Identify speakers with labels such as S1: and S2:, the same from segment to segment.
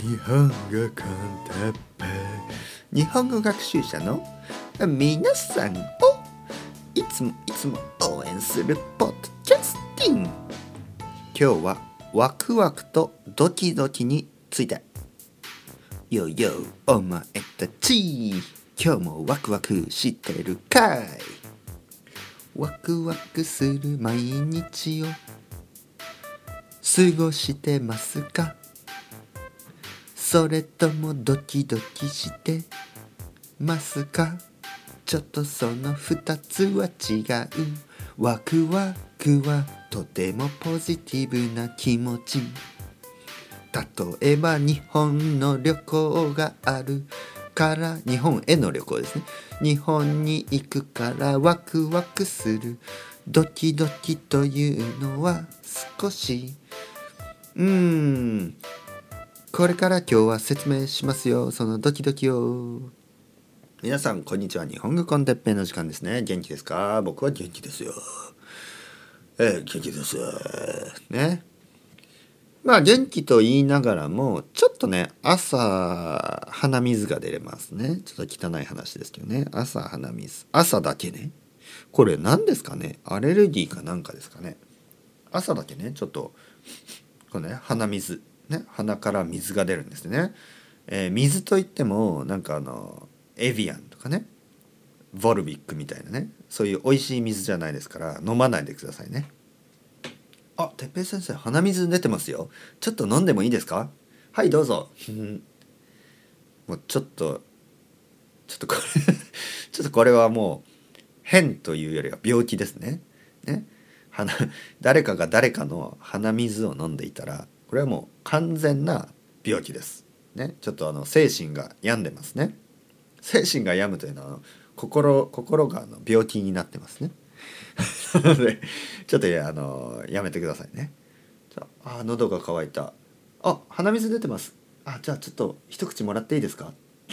S1: 日本語コンテッペイ、日本語学習者の皆さんをいつも応援するポッドキャスティング。今日はワクワクとドキドキについて。よよお前たち、今日もワクワクしてるかい。ワクワクする毎日を過ごしてますか？それともドキドキしてますか？ちょっとその二つは違う。ワクワクはとてもポジティブな気持ち。例えば日本の旅行があるから、日本への旅行ですね。日本に行くからワクワクする。ドキドキというのは少しこれから今日は説明しますよ、そのドキドキを。皆さんこんにちは。日本語コンテッペイの時間ですね。元気ですか？僕は元気ですよ。元気ですね。まあ元気と言いながらもちょっとね、朝鼻水が出れますね。ちょっと汚い話ですけどね。朝鼻水、朝だけね。これ何ですかね？アレルギーかなんかですかね。朝だけね、ちょっとこれね、鼻水ね、鼻から水が出るんですね。水といってもなんかエビアンとかね、ボルビックみたいなね、そういう美味しい水じゃないですから飲まないでくださいね。あ、てっぺい先生、鼻水出てますよ。ちょっと飲んでもいいですか？はい、どうぞ。もうちょっとこれちょっとこれはもう変というよりは病気ですね。誰かが誰かの鼻水を飲んでいたら、これはもう完全な病気ですね。ちょっと精神が病んでますね。精神が病むというのは心が病気になってますね。なのでちょっとやめてくださいね。喉が渇いた。鼻水出てます。じゃあちょっと一口もらっていいですか？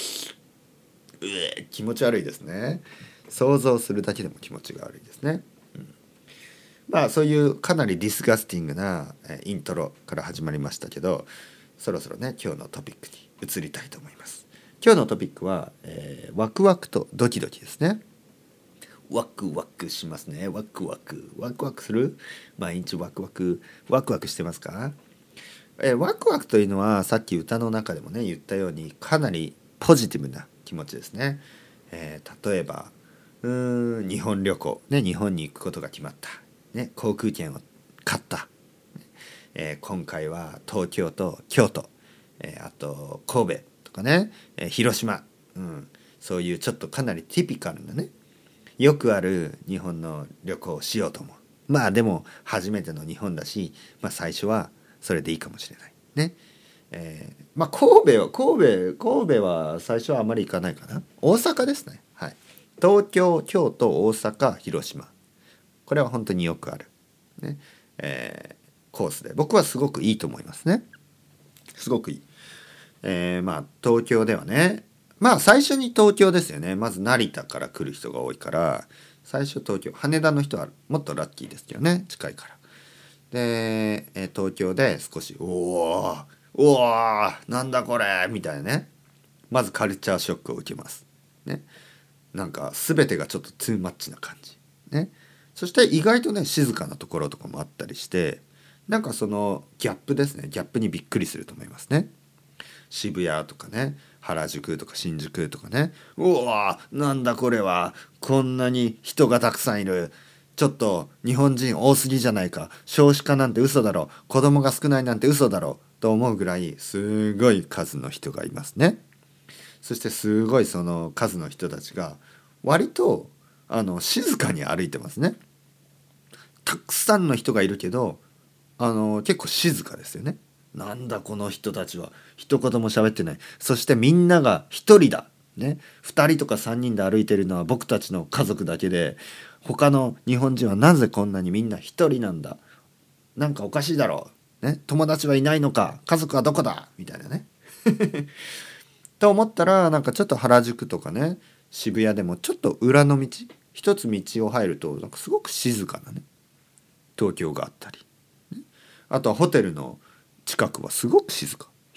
S1: 気持ち悪いですね。想像するだけでも気持ちが悪いですね。まあそういうかなりディスガスティングなイントロから始まりましたけど、そろそろね、今日のトピックに移りたいと思います。今日のトピックは、ワクワクとドキドキですね。ワクワクしますね。ワクワクする。毎日ワクワクしてますか？ワクワクというのはさっき歌の中でもね言ったようにかなりポジティブな気持ちですね。例えば日本旅行ね、日本に行くことが決まったね、航空券を買った、今回は東京と京都、あと神戸とかね、広島、そういうちょっとかなりティピカルなね、よくある日本の旅行をしようと思う。まあでも初めての日本だし、最初はそれでいいかもしれないね。神戸は最初はあまり行かないかな。大阪ですね。はい。東京、京都、大阪、広島、これは本当によくある、ねコースで、僕はすごくいいと思いますね。すごくいい。東京ではね、最初に東京ですよね。まず成田から来る人が多いから最初東京。羽田の人はもっとラッキーですけどね、近いから。で、東京で少しおーなんだこれみたいなね、まずカルチャーショックを受けますね。なんか全てがちょっとトゥーマッチな感じね。そして意外とね静かなところとかもあったりして、なんかそのギャップですね。ギャップにびっくりすると思いますね。渋谷とかね、原宿とか新宿とかね、なんだこれは、こんなに人がたくさんいる。ちょっと日本人多すぎじゃないか、少子化なんて嘘だろ、子供が少ないなんて嘘だろと思うぐらいすごい数の人がいますね。そしてすごいその数の人たちが割と静かに歩いてますね。たくさんの人がいるけど結構静かですよね。なんだこの人たちは、一言も喋ってない。そしてみんなが一人だね。2人とか3人で歩いてるのは僕たちの家族だけで、他の日本人はなぜこんなにみんな一人なんだ、なんかおかしいだろう、ね、友達はいないのか、家族はどこだみたいなねと思ったら、なんかちょっと原宿とかね、渋谷でもちょっと裏の道、一つ道を入るとなんかすごく静かなね東京があったり、あとはホテルの近くはすごく静か。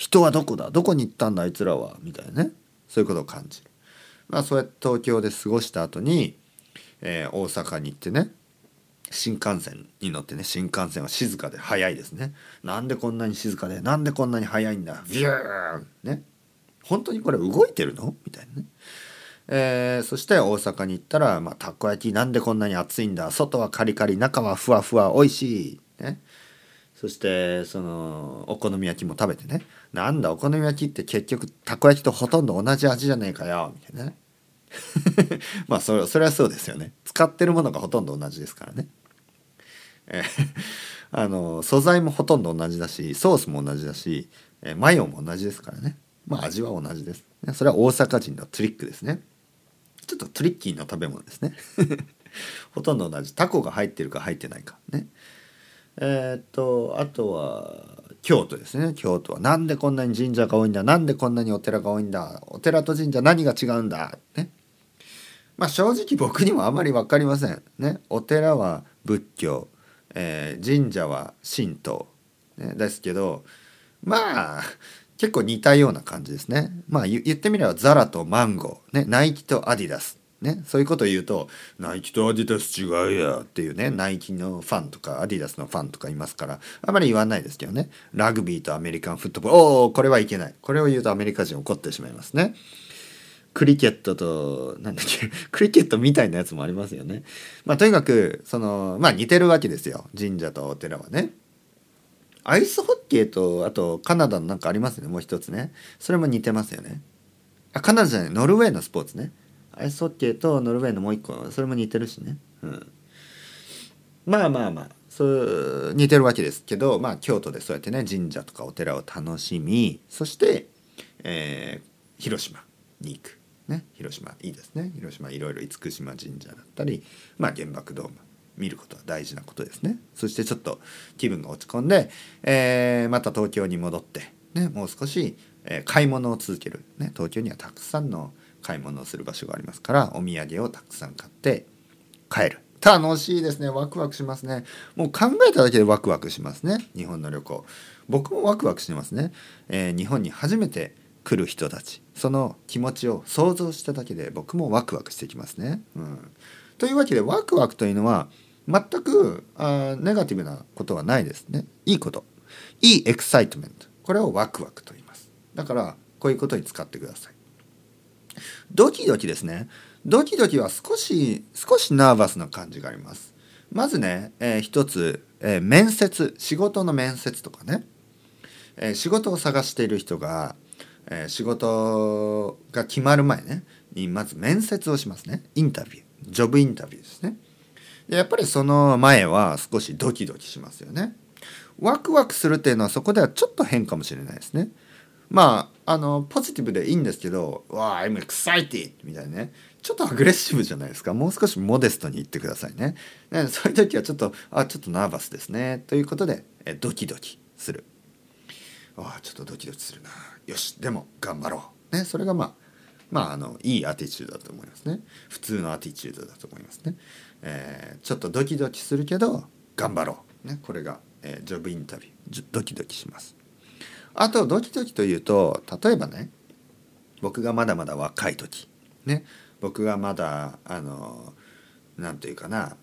S1: 人はどこだ、どこに行ったんだあいつらは、みたいなね、そういうことを感じる。そうやって東京で過ごした後に、大阪に行ってね、新幹線に乗ってね、新幹線は静かで速いですね。なんでこんなに静かで、なんでこんなに速いんだ、ビューンね、本当にこれ動いてるのみたいなね。そして大阪に行ったら、たこ焼きなんでこんなに熱いんだ、外はカリカリ中はふわふわ美味しい、ね、そしてそのお好み焼きも食べてね、なんだお好み焼きって結局たこ焼きとほとんど同じ味じゃねえかよみたいなね。それはそうですよね。使ってるものがほとんど同じですからね。素材もほとんど同じだし、ソースも同じだし、マヨも同じですからね。味は同じです。それは大阪人のトリックですね。ちょっとトリッキーな食べ物ですね。ほとんど同じ。タコが入ってるか入ってないかね。あとは京都ですね。京都はなんでこんなに神社が多いんだ、なんでこんなにお寺が多いんだ、お寺と神社何が違うんだね。正直僕にもあまり分かりませんね。お寺は仏教、神社は神道、ね、ですけど結構似たような感じですね。言ってみればザラとマンゴー、ね、ナイキとアディダス、ね、そういうことを言うとナイキとアディダス違うやっていうね、ナイキのファンとかアディダスのファンとかいますからあまり言わないですけどね。ラグビーとアメリカンフットボール、これはいけない。これを言うとアメリカ人怒ってしまいますね。クリケットとなんだっけクリケットみたいなやつもありますよね。とにかく似てるわけですよ、神社とお寺はね。アイスホッケーとあとカナダのなんかありますね、もう一つね。それも似てますよね。カナダじゃない、ノルウェーのスポーツね。アイスホッケーとノルウェーのもう一個、それも似てるしね。そう似てるわけですけど、京都でそうやってね神社とかお寺を楽しみ、そして、広島に行くね。広島いいですね。広島いろいろ厳島神社だったり、原爆ドーム見ることは大事なことですね。そしてちょっと気分が落ち込んで、また東京に戻って、ね、もう少し、買い物を続ける、ね、東京にはたくさんの買い物をする場所がありますから、お土産をたくさん買って帰る。楽しいですね。ワクワクしますね。もう考えただけでワクワクしますね。日本の旅行、僕もワクワクしてますね。日本に初めて来る人たち、その気持ちを想像しただけで僕もワクワクしてきますね。というわけでワクワクというのは全くネガティブなことはないですね。いいこと、いいエクサイトメント、これをワクワクと言います。だからこういうことに使ってください。ドキドキですね。ドキドキは少しナーバスな感じがあります。まずね、一つ、面接、仕事の面接とかね、仕事を探している人が、仕事が決まる前ねにまず面接をしますね。インタビュー、ジョブインタビューですね。でやっぱりその前は少しドキドキしますよね。ワクワクするっていうのはそこではちょっと変かもしれないですね。ポジティブでいいんですけど、わあ、I'm excited みたいなね。ちょっとアグレッシブじゃないですか。もう少しモデストに言ってくださいね。そういう時はちょっとナーバスですね。ということで、ドキドキする。ちょっとドキドキするな。よし、でも頑張ろう。ね、それがいいアティチュードだと思いますね。普通のアティチュードだと思いますね。ちょっとドキドキするけど頑張ろう。ね、これが、ジョブインタビュー。ドキドキします。あとドキドキというと、例えばね、僕がまだまだ若い時ね、僕がまだなんというかな、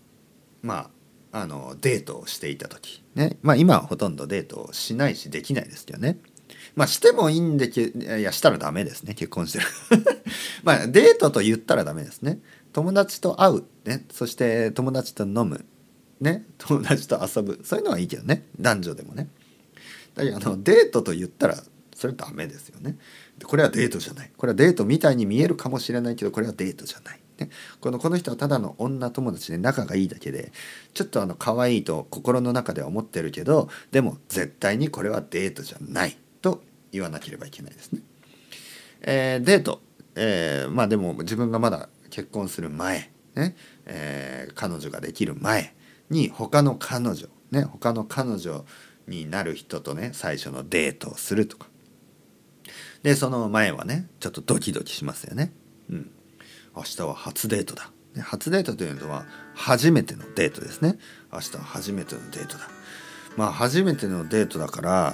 S1: デートをしていた時ね、今はほとんどデートをしないしできないですけどね。してもいいんでしたらダメですね。結婚してるデートと言ったらダメですね。友達と会う、ね、そして友達と飲む、ね、友達と遊ぶ、そういうのはいいけどね、男女でもね。だけどデートと言ったらそれダメですよね。これはデートじゃない。これはデートみたいに見えるかもしれないけど、これはデートじゃない、ね、この人はただの女友達で仲がいいだけで、ちょっと可愛いと心の中では思ってるけど、でも絶対にこれはデートじゃないと言わなければいけないですね。デート、でも自分がまだ結婚する前、ね、彼女ができる前に他の彼女になる人とね、最初のデートをするとかで、その前はねちょっとドキドキしますよね。明日は初デートだ、ね、初デートというのは初めてのデートですね。明日は初めてのデートだ。初めてのデートだから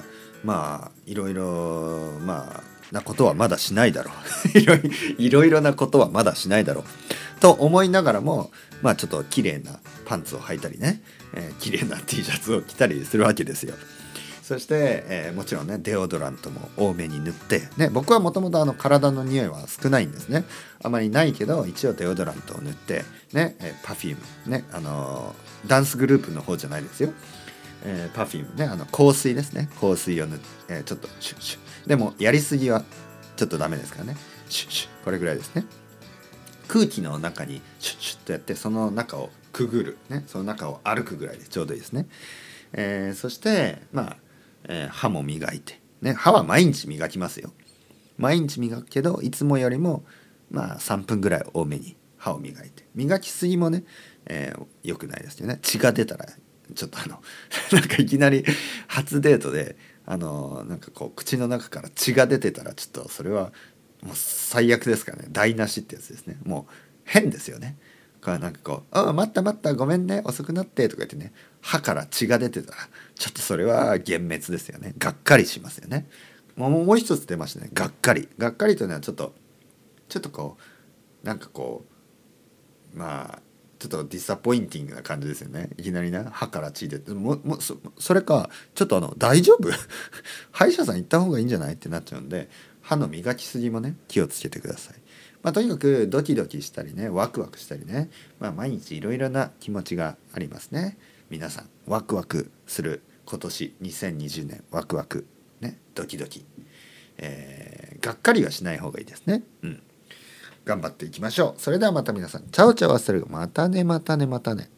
S1: まあいろいろなことはまだしないだろういろいろなことはまだしないだろうと思いながらも、ちょっと綺麗なパンツを履いたりね、綺麗な T シャツを着たりするわけですよ。そして、もちろんねデオドラントも多めに塗って、ね、僕はもともと体の匂いは少ないんですね。あまりないけど一応デオドラントを塗ってね、Perfume ね、ダンスグループの方じゃないですよ。Perfume ね、香水ですね。香水を塗って、ちょっとシュッシュッ。でもやりすぎはちょっとダメですからね。シュッシュッ、これぐらいですね。空気の中にシュッシュッとやって、その中をくぐる、ね、その中を歩くぐらいでちょうどいいですね。そして歯も磨いて、ね、歯は毎日磨きますよ。毎日磨くけどいつもよりも3分ぐらい多めに歯を磨いて、磨きすぎもね、良くないですよね。血が出たらちょっとなんかいきなり初デートでなんかこう口の中から血が出てたらちょっとそれはもう最悪ですからね。台無しってやつですね。もう変ですよね。なんかこう「ああ待った待ったごめんね遅くなって」とか言ってね、歯から血が出てたらちょっとそれは幻滅ですよね。がっかりしますよね。もう一つ出ましたね。がっかり。がっかりというのはちょっとこうなんかこうちょっとディサポインティングな感じですよね。いきなりね歯から血出てそれかちょっと大丈夫歯医者さん行った方がいいんじゃないってなっちゃうんで、歯の磨きすぎもね気をつけてください。とにかくドキドキしたりねワクワクしたりね、毎日いろいろな気持ちがありますね。皆さんワクワクする今年2020年ワクワクね、ドキドキ、がっかりはしない方がいいですね。頑張っていきましょう。それではまた皆さんチャオチャオアスタルゴ、またねまたねまたね。